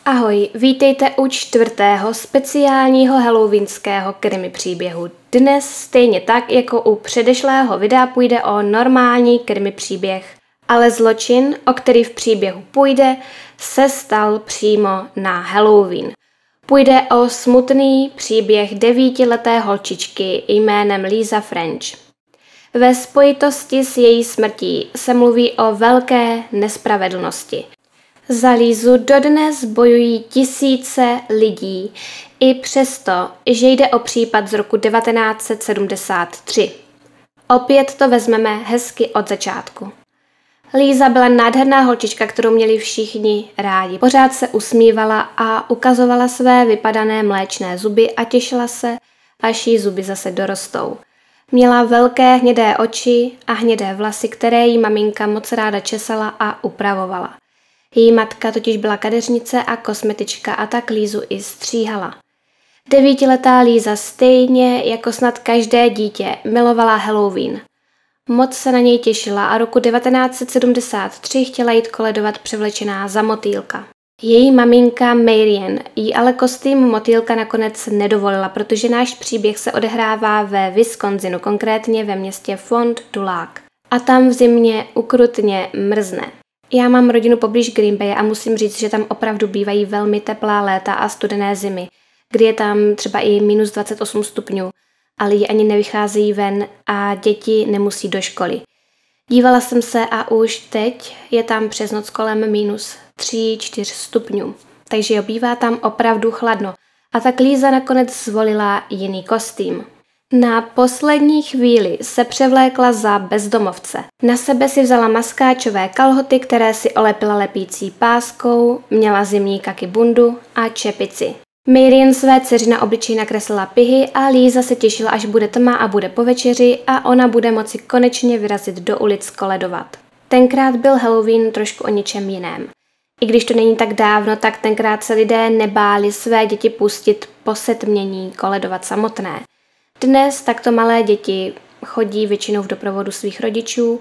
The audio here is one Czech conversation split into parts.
Ahoj, vítejte u 4. speciálního halloweenského krimi příběhu. Dnes stejně tak jako u předešlého videa půjde o normální krimi příběh, ale zločin, o který v příběhu půjde, se stal přímo na Halloween. Půjde o smutný příběh 9leté holčičky jménem Lisa French. Ve spojitosti s její smrtí se mluví o velké nespravedlnosti. Za Lisu dodnes bojují tisíce lidí, i přesto, že jde o případ z roku 1973. Opět to vezmeme hezky od začátku. Lisa byla nádherná holčička, kterou měli všichni rádi. Pořád se usmívala a ukazovala své vypadané mléčné zuby a těšila se, až jí zuby zase dorostou. Měla velké hnědé oči a hnědé vlasy, které jí maminka moc ráda česala a upravovala. Její matka totiž byla kadeřnice a kosmetička a tak Lisu i stříhala. 9letá Lisa stejně jako snad každé dítě milovala Halloween. Moc se na něj těšila a roku 1973 chtěla jít koledovat převlečená za motýlka. Její maminka Marian jí ale kostým motýlka nakonec nedovolila, protože náš příběh se odehrává ve Wisconsinu, konkrétně ve městě Fond du Lac. A tam v zimě ukrutně mrzne. Já mám rodinu poblíž Green Bay a musím říct, že tam opravdu bývají velmi teplá léta a studené zimy, kdy je tam třeba i minus 28 stupňů a lidi ani nevycházejí ven a děti nemusí do školy. Dívala jsem se a už teď je tam přes noc kolem minus 3-4 stupňů, takže jo, bývá tam opravdu chladno a tak Lisa nakonec zvolila jiný kostým. Na poslední chvíli se převlékla za bezdomovce. Na sebe si vzala maskáčové kalhoty, které si olepila lepící páskou, měla zimní kaky bundu a čepici. Marian své dceři na obličeji nakreslila pihy a Lisa se těšila, až bude tma a bude po večeři a ona bude moci konečně vyrazit do ulic koledovat. Tenkrát byl Halloween trošku o něčem jiném. I když to není tak dávno, tak tenkrát se lidé nebáli své děti pustit po setmění koledovat samotné. Dnes takto malé děti chodí většinou v doprovodu svých rodičů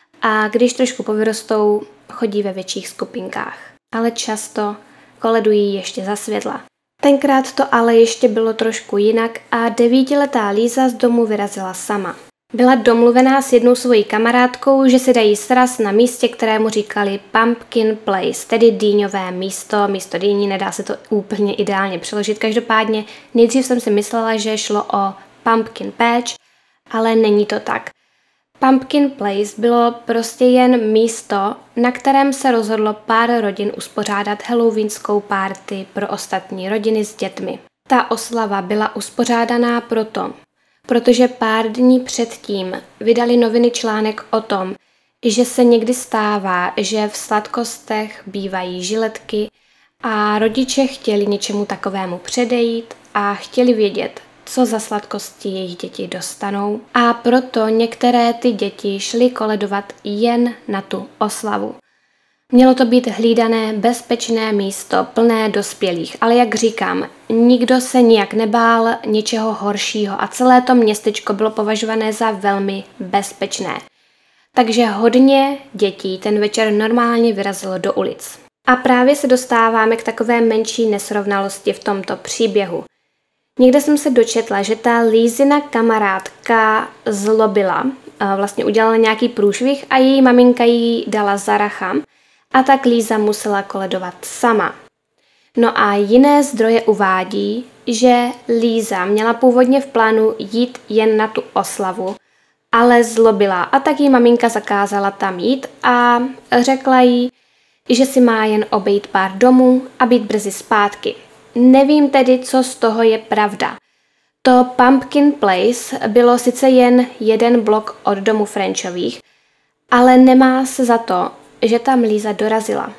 a když trošku povyrostou, chodí ve větších skupinkách. Ale často koledují ještě za světla. Tenkrát to ale ještě bylo trošku jinak a 9letá Lisa z domu vyrazila sama. Byla domluvená s jednou svojí kamarádkou, že si dají sraz na místě, kterému říkali Pumpkin Place, tedy dýňové místo, místo dýní, nedá se to úplně ideálně přeložit. Každopádně nejdřív jsem si myslela, že šlo o Pumpkin Patch, ale není to tak. Pumpkin Place bylo prostě jen místo, na kterém se rozhodlo pár rodin uspořádat halloweenskou party pro ostatní rodiny s dětmi. Ta oslava byla uspořádaná protože pár dní předtím vydali noviny článek o tom, že se někdy stává, že v sladkostech bývají žiletky a rodiče chtěli něčemu takovému předejít a chtěli vědět, co za sladkosti jejich děti dostanou a proto některé ty děti šly koledovat jen na tu oslavu. Mělo to být hlídané, bezpečné místo, plné dospělých, ale jak říkám, nikdo se nijak nebál něčeho horšího a celé to městečko bylo považované za velmi bezpečné. Takže hodně dětí ten večer normálně vyrazilo do ulic. A právě se dostáváme k takové menší nesrovnalosti v tomto příběhu. Někde jsem se dočetla, že ta Lisina kamarádka zlobila, vlastně udělala nějaký průšvih a její maminka jí dala za racha a tak Lisa musela koledovat sama. No a jiné zdroje uvádí, že Lisa měla původně v plánu jít jen na tu oslavu, ale zlobila a tak jí maminka zakázala tam jít a řekla jí, že si má jen obejít pár domů a být brzy zpátky. Nevím tedy, co z toho je pravda. To Pumpkin Place bylo sice jen jeden blok od domu Frenchových, ale nemá se za to, že tam Lisa dorazila.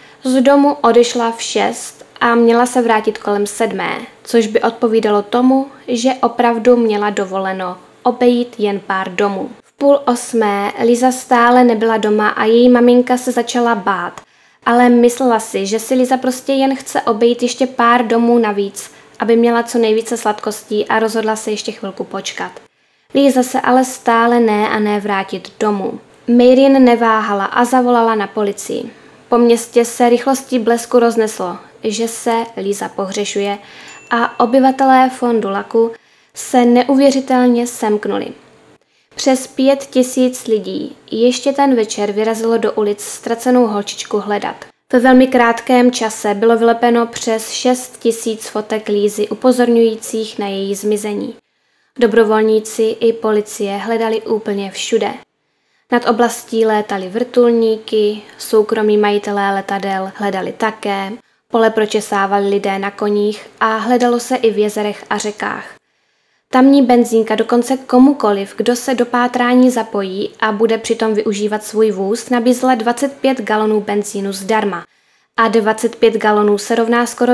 Z domu odešla v 6 a měla se vrátit kolem 7, což by odpovídalo tomu, že opravdu měla dovoleno obejít jen pár domů. V 7:30 Lisa stále nebyla doma a její maminka se začala bát, ale myslela si, že si Lisa prostě jen chce obejít ještě pár domů navíc, aby měla co nejvíce sladkostí a rozhodla se ještě chvilku počkat. Lisa se ale stále ne vrátit domů. Marian neváhala a zavolala na policii. Po městě se rychlostí blesku rozneslo, že se Líza pohřešuje a obyvatelé fondu Laku se neuvěřitelně semknuli. Přes 5 000 lidí ještě ten večer vyrazilo do ulic ztracenou holčičku hledat. Ve velmi krátkém čase bylo vylepeno přes 6 000 fotek Lízy upozorňujících na její zmizení. Dobrovolníci i policie hledali úplně všude. Nad oblastí létaly vrtulníky, soukromí majitelé letadel hledali také, pole pročesávali lidé na koních a hledalo se i v jezerech a řekách. Tamní benzínka dokonce komukoliv, kdo se do pátrání zapojí a bude přitom využívat svůj vůz, nabízela 25 galonů benzínu zdarma a 25 galonů se rovná skoro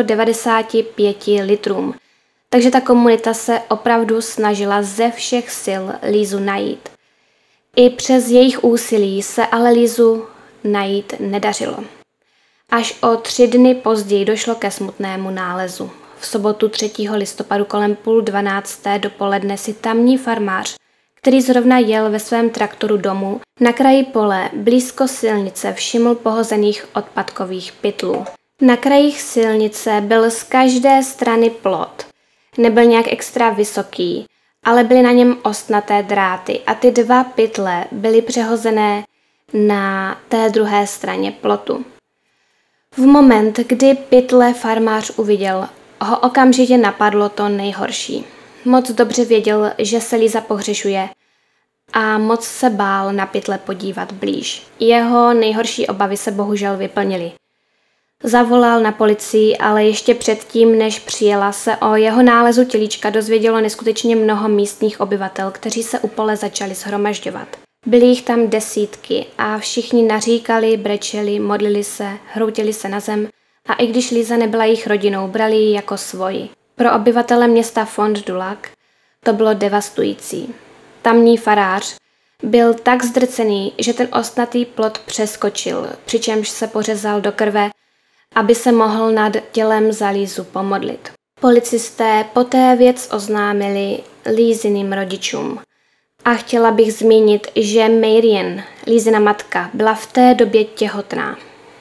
95 litrům. Takže ta komunita se opravdu snažila ze všech sil Lízu najít. I přes jejich úsilí se ale Lízu najít nedařilo. Až o 3 dny později došlo ke smutnému nálezu. V sobotu 3. listopadu kolem 11:30 dopoledne si tamní farmář, který zrovna jel ve svém traktoru domů, na kraji pole blízko silnice všiml pohozených odpadkových pytlů. Na krajích silnice byl z každé strany plot. Nebyl nějak extra vysoký, ale byly na něm ostnaté dráty a ty 2 pytle byly přehozené na té druhé straně plotu. V moment, kdy pytle farmář uviděl, ho okamžitě napadlo to nejhorší. Moc dobře věděl, že se Líza pohřešuje a moc se bál na pytle podívat blíž. Jeho nejhorší obavy se bohužel vyplnily. Zavolal na policii, ale ještě předtím, než přijela, se o jeho nálezu tělíčka dozvědělo neskutečně mnoho místních obyvatel, kteří se u pole začali shromažďovat. Byly jich tam desítky a všichni naříkali, brečeli, modlili se, hroutili se na zem a i když Líza nebyla jejich rodinou, brali ji jako svoji. Pro obyvatele města Fond du Lac to bylo devastující. Tamní farář byl tak zdrcený, že ten ostnatý plot přeskočil, přičemž se pořezal do krve, aby se mohl nad tělem za Lízu pomodlit. Policisté poté věc oznámili Líziným rodičům. A chtěla bych zmínit, že Marian, Lízina matka, byla v té době těhotná.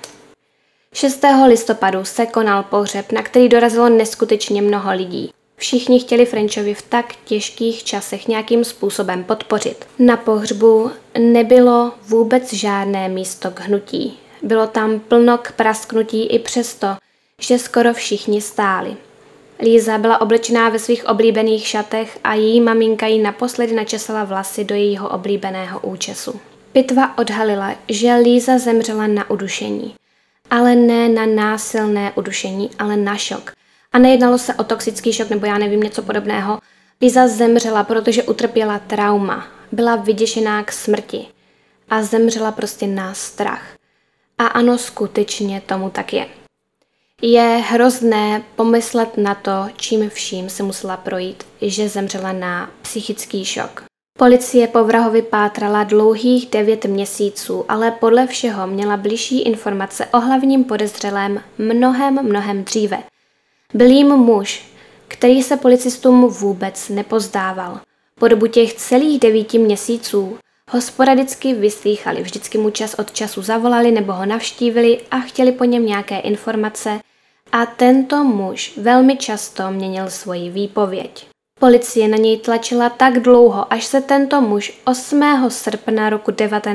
6. listopadu se konal pohřeb, na který dorazilo neskutečně mnoho lidí. Všichni chtěli Frenchovi v tak těžkých časech nějakým způsobem podpořit. Na pohřbu nebylo vůbec žádné místo k hnutí. Bylo tam plno k prasknutí i přesto, že skoro všichni stáli. Líza byla oblečená ve svých oblíbených šatech a její maminka jí naposledy načesala vlasy do jejího oblíbeného účesu. Pitva odhalila, že Líza zemřela na udušení. Ale ne na násilné udušení, ale na šok. A nejednalo se o toxický šok nebo já nevím něco podobného. Líza zemřela, protože utrpěla trauma. Byla vyděšená k smrti. A zemřela prostě na strach. A ano, skutečně tomu tak je. Je hrozné pomyslet na to, čím vším se musela projít, že zemřela na psychický šok. Policie po vrahovi pátrala dlouhých 9 měsíců, ale podle všeho měla bližší informace o hlavním podezřelém mnohem dříve. Byl jím muž, který se policistům vůbec nepozdával. Po dobu těch celých 9 měsíců ho sporadicky vyslýchali, vždycky mu čas od času zavolali nebo ho navštívili a chtěli po něm nějaké informace a tento muž velmi často měnil svoji výpověď. Policie na něj tlačila tak dlouho, až se tento muž 8. srpna roku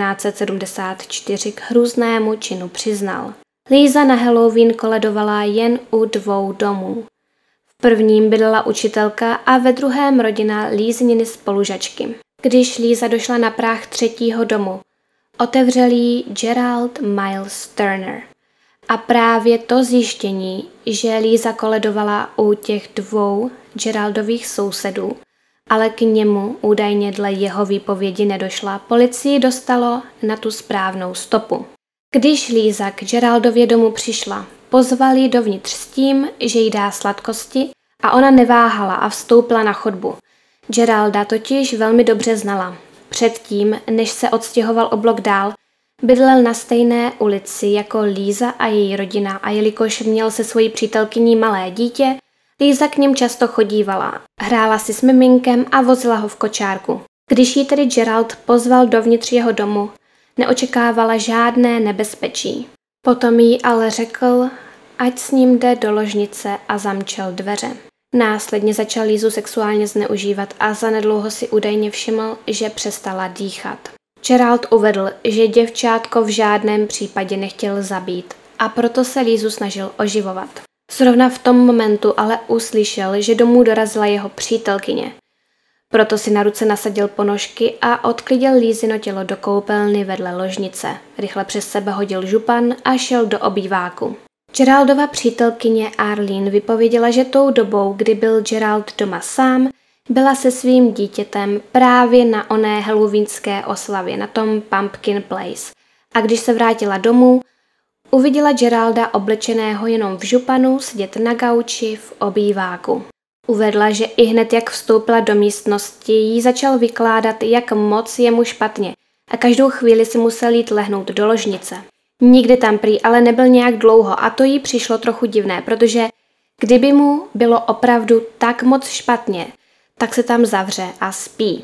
1974 k hrůznému činu přiznal. Líza na Halloween koledovala jen u 2 domů. V prvním bydlela učitelka a ve druhém rodina Lízininy spolužačky. Když Líza došla na práh 3. domu, otevřel jí Gerald Miles Turner. A právě to zjištění, že Líza koledovala u těch 2 Geraldových sousedů, ale k němu údajně dle jeho výpovědi nedošla, policii dostalo na tu správnou stopu. Když Líza k Geraldově domu přišla, pozval ji dovnitř s tím, že jí dá sladkosti a ona neváhala a vstoupila na chodbu. Geralda totiž velmi dobře znala. Předtím, než se odstěhoval o blok dál, bydlel na stejné ulici jako Líza a její rodina a jelikož měl se svojí přítelkyní malé dítě, Líza k ním často chodívala. Hrála si s miminkem a vozila ho v kočárku. Když ji tedy Gerald pozval dovnitř jeho domu, neočekávala žádné nebezpečí. Potom jí ale řekl ať s ním jde do ložnice a zamčel dveře. Následně začal Lizu sexuálně zneužívat a zanedlouho si údajně všiml, že přestala dýchat. Gerald uvedl, že děvčátko v žádném případě nechtěl zabít a proto se Lizu snažil oživovat. Zrovna v tom momentu ale uslyšel, že domů dorazila jeho přítelkyně. Proto si na ruce nasadil ponožky a odklidil Lizino tělo do koupelny vedle ložnice. Rychle přes sebe hodil župan a šel do obýváku. Geraldova přítelkyně Arlene vypověděla, že tou dobou, kdy byl Gerald doma sám, byla se svým dítětem právě na oné halloweenské oslavě, na tom Pumpkin Place. A když se vrátila domů, uviděla Geralda oblečeného jenom v županu sedět na gauči v obýváku. Uvedla, že ihned jak vstoupila do místnosti, jí začal vykládat, jak moc je mu špatně a každou chvíli si musel jít lehnout do ložnice. Nikdy tam prý ale nebyl nějak dlouho a to jí přišlo trochu divné, protože kdyby mu bylo opravdu tak moc špatně, tak se tam zavře a spí.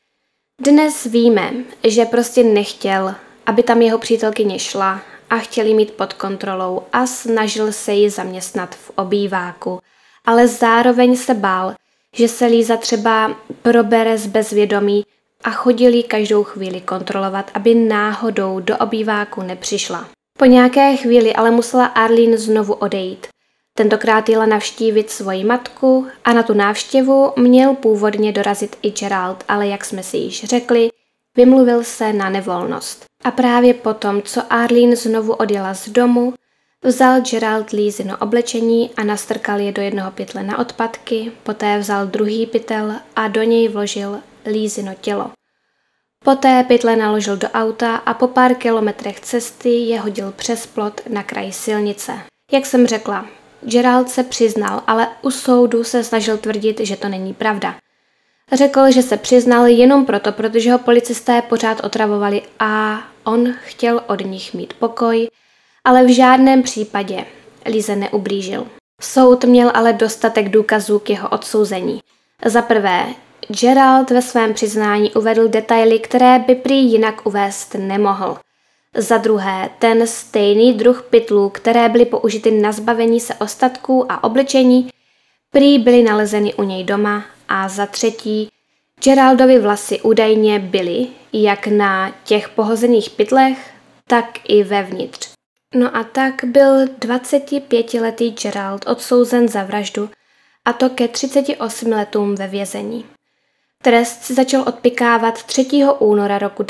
Dnes víme, že prostě nechtěl, aby tam jeho přítelkyně šla a chtěl ji mít pod kontrolou a snažil se ji zaměstnat v obýváku, ale zároveň se bál, že se Liza třeba probere z bezvědomí a chodil ji každou chvíli kontrolovat, aby náhodou do obýváku nepřišla. Po nějaké chvíli ale musela Arlene znovu odejít. Tentokrát jela navštívit svoji matku a na tu návštěvu měl původně dorazit i Gerald, ale jak jsme si již řekli, vymluvil se na nevolnost. A právě potom, co Arlene znovu odjela z domu, vzal Gerald Lizino oblečení a nastrkal je do jednoho pytle na odpadky, poté vzal druhý pytel a do něj vložil Lizino tělo. Poté pytle naložil do auta a po pár kilometrech cesty je hodil přes plot na kraji silnice. Jak jsem řekla, Gerald se přiznal, ale u soudu se snažil tvrdit, že to není pravda. Řekl, že se přiznal jenom proto, protože ho policisté pořád otravovali a on chtěl od nich mít pokoj, ale v žádném případě Lize neublížil. Soud měl ale dostatek důkazů k jeho odsouzení. Za prvé, Gerald ve svém přiznání uvedl detaily, které by prý jinak uvést nemohl. Za druhé, ten stejný druh pytlů, které byly použity na zbavení se ostatků a oblečení, prý byly nalezeny u něj doma. A za třetí, Geraldovi vlasy údajně byly jak na těch pohozených pytlech, tak i vevnitř. No a tak byl 25letý Gerald odsouzen za vraždu, a to ke 38 letům ve vězení. Trest si začal odpikávat 3. února roku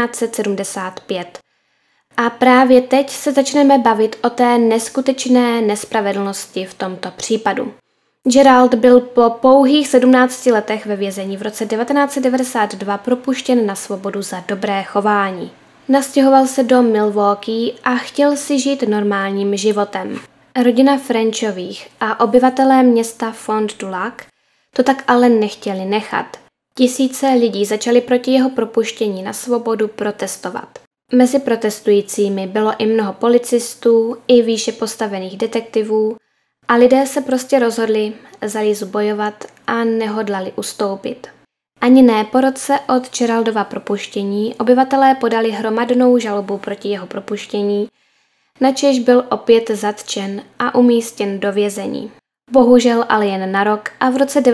1975. A právě teď se začneme bavit o té neskutečné nespravedlnosti v tomto případu. Gerald byl po pouhých 17 letech ve vězení v roce 1992 propuštěn na svobodu za dobré chování. Nastěhoval se do Milwaukee a chtěl si žít normálním životem. Rodina Frenchových a obyvatelé města Fond du Lac to tak ale nechtěli nechat. Tisíce lidí začali proti jeho propuštění na svobodu protestovat. Mezi protestujícími bylo i mnoho policistů, i výše postavených detektivů a lidé se prostě rozhodli za Lizu bojovat a nehodlali ustoupit. Ani ne po roce od Geraldova propuštění obyvatelé podali hromadnou žalobu proti jeho propuštění, načež byl opět zatčen a umístěn do vězení. Bohužel ale jen na rok a v roce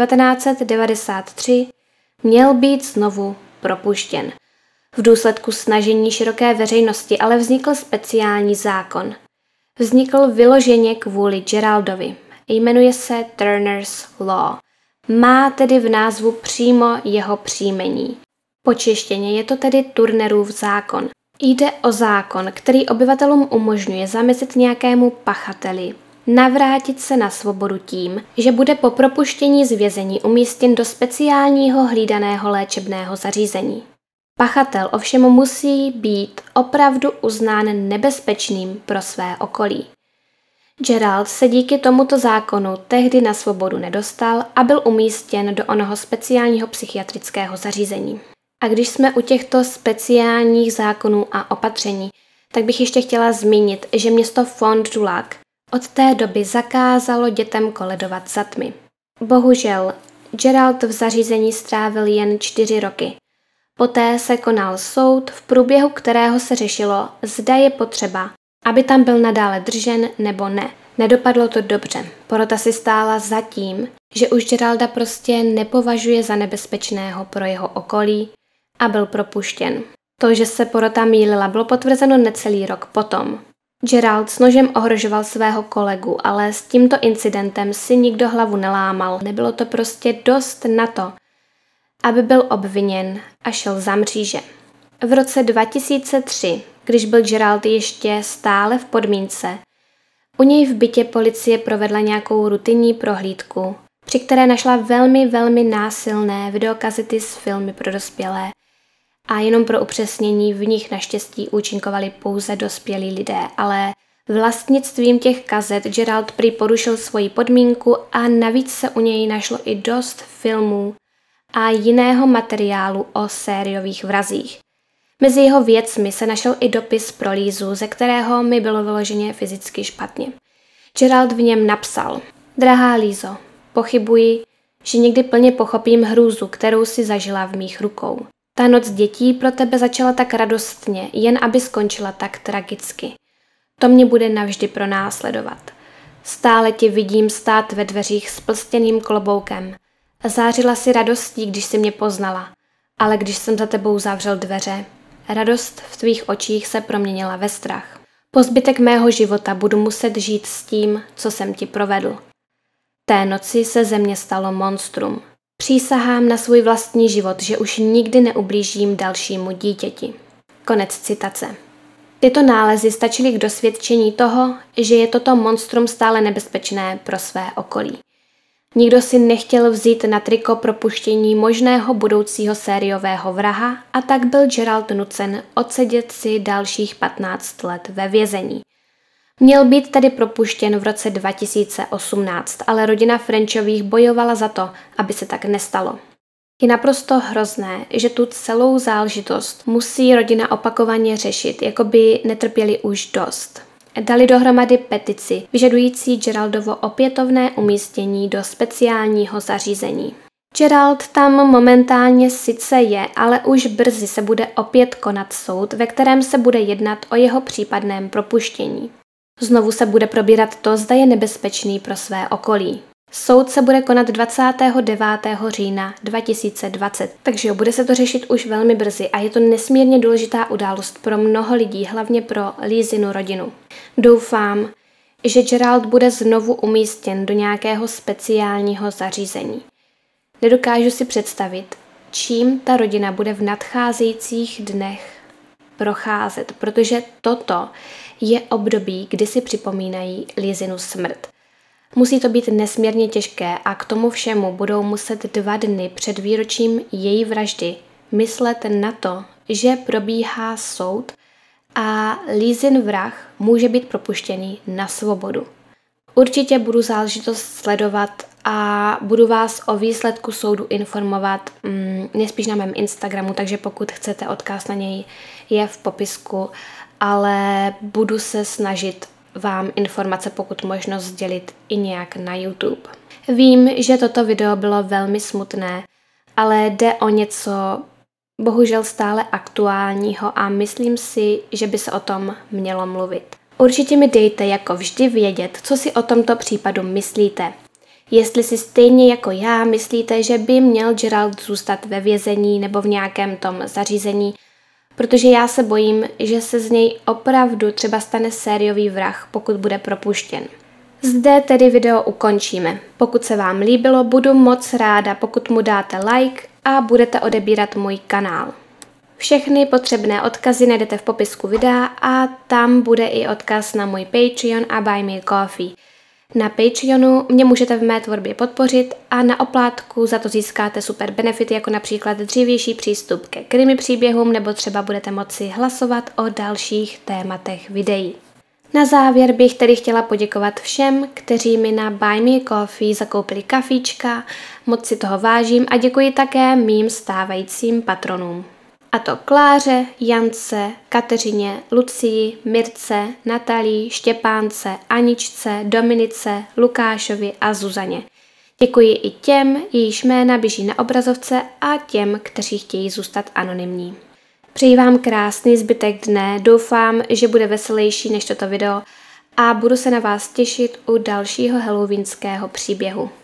1993 měl být znovu propuštěn. V důsledku snažení široké veřejnosti ale vznikl speciální zákon. Vznikl vyloženě kvůli Geraldovi. Jmenuje se Turner's Law. Má tedy v názvu přímo jeho příjmení. Po češtině je to tedy Turnerův zákon. Jde o zákon, který obyvatelům umožňuje zamezit nějakému pachateli navrátit se na svobodu tím, že bude po propuštění z vězení umístěn do speciálního hlídaného léčebného zařízení. Pachatel ovšem musí být opravdu uznán nebezpečným pro své okolí. Gerald se díky tomuto zákonu tehdy na svobodu nedostal a byl umístěn do onoho speciálního psychiatrického zařízení. A když jsme u těchto speciálních zákonů a opatření, tak bych ještě chtěla zmínit, že město Fond du Lac od té doby zakázalo dětem koledovat za tmy. Bohužel, Gerald v zařízení strávil jen 4 roky. Poté se konal soud, v průběhu kterého se řešilo, zda je potřeba, aby tam byl nadále držen nebo ne. Nedopadlo to dobře. Porota si stála za tím, že už Geralda prostě nepovažuje za nebezpečného pro jeho okolí a byl propuštěn. To, že se porota mýlila, bylo potvrzeno necelý rok potom. Gerald s nožem ohrožoval svého kolegu, ale s tímto incidentem si nikdo hlavu nelámal. Nebylo to prostě dost na to, aby byl obviněn a šel za mříže. V roce 2003, když byl Gerald ještě stále v podmínce, u něj v bytě policie provedla nějakou rutinní prohlídku, při které našla velmi násilné videokazety s filmy pro dospělé a jenom pro upřesnění v nich naštěstí účinkovali pouze dospělí lidé, ale vlastnictvím těch kazet Gerald prý porušil svoji podmínku a navíc se u něj našlo i dost filmů a jiného materiálu o sériových vrazích. Mezi jeho věcmi se našel i dopis pro Lízu, ze kterého mi bylo vyloženě fyzicky špatně. Gerald v něm napsal: Drahá Lízo, pochybuji, že někdy plně pochopím hrůzu, kterou si zažila v mých rukou. Ta noc dětí pro tebe začala tak radostně, jen aby skončila tak tragicky. To mě bude navždy pronásledovat. Stále tě vidím stát ve dveřích s plstěným kloboukem. Zářila si radostí, když si mě poznala, ale když jsem za tebou zavřel dveře, radost v tvých očích se proměnila ve strach. Po zbytek mého života budu muset žít s tím, co jsem ti provedl. Té noci se ze mě stalo monstrum. Přísahám na svůj vlastní život, že už nikdy neublížím dalšímu dítěti. Konec citace. Tyto nálezy stačily k dosvědčení toho, že je toto monstrum stále nebezpečné pro své okolí. Nikdo si nechtěl vzít na triko propuštění možného budoucího sériového vraha a tak byl Gerald nucen odsedět si dalších 15 let ve vězení. Měl být tedy propuštěn v roce 2018, ale rodina Frenchových bojovala za to, aby se tak nestalo. Je naprosto hrozné, že tu celou záležitost musí rodina opakovaně řešit, jako by netrpěli už dost. Dali dohromady petici, vyžadující Geraldovo opětovné umístění do speciálního zařízení. Gerald tam momentálně sice je, ale už brzy se bude opět konat soud, ve kterém se bude jednat o jeho případném propuštění. Znovu se bude probírat to, zda je nebezpečný pro své okolí. Soud se bude konat 29. října 2020, takže bude se to řešit už velmi brzy a je to nesmírně důležitá událost pro mnoho lidí, hlavně pro Lízinu rodinu. Doufám, že Gerald bude znovu umístěn do nějakého speciálního zařízení. Nedokážu si představit, čím ta rodina bude v nadcházejících dnech procházet, protože toto je období, kdy si připomínají Lízinu smrt. Musí to být nesmírně těžké a k tomu všemu budou muset 2 dny před výročím její vraždy myslet na to, že probíhá soud a Lízin vrah může být propuštěný na svobodu. Určitě budu záležitost sledovat a budu vás o výsledku soudu informovat nejspíš na mém Instagramu, takže pokud chcete, odkaz na něj je v popisku, ale budu se snažit vám informace pokud možno sdělit i nějak na YouTube. Vím, že toto video bylo velmi smutné, ale jde o něco bohužel stále aktuálního a myslím si, že by se o tom mělo mluvit. Určitě mi dejte jako vždy vědět, co si o tomto případu myslíte. Jestli si stejně jako já myslíte, že by měl Gerald zůstat ve vězení nebo v nějakém tom zařízení, protože já se bojím, že se z něj opravdu třeba stane sériový vrah, pokud bude propuštěn. Zde tedy video ukončíme. Pokud se vám líbilo, budu moc ráda, pokud mu dáte like a budete odebírat můj kanál. Všechny potřebné odkazy najdete v popisku videa a tam bude i odkaz na můj Patreon a Buy Me Coffee. Na Patreonu mě můžete v mé tvorbě podpořit a na oplátku za to získáte super benefity, jako například dřívější přístup ke krimi příběhům nebo třeba budete moci hlasovat o dalších tématech videí. Na závěr bych tedy chtěla poděkovat všem, kteří mi na Buy Me Coffee zakoupili kafíčka, moc si toho vážím a děkuji také mým stávajícím patronům. A to Kláře, Jance, Kateřině, Lucii, Mirce, Natalii, Štěpánce, Aničce, Dominice, Lukášovi a Zuzaně. Děkuji i těm, jejichž jména běží na obrazovce a těm, kteří chtějí zůstat anonymní. Přeji vám krásný zbytek dne, doufám, že bude veselější než toto video a budu se na vás těšit u dalšího halloweenského příběhu.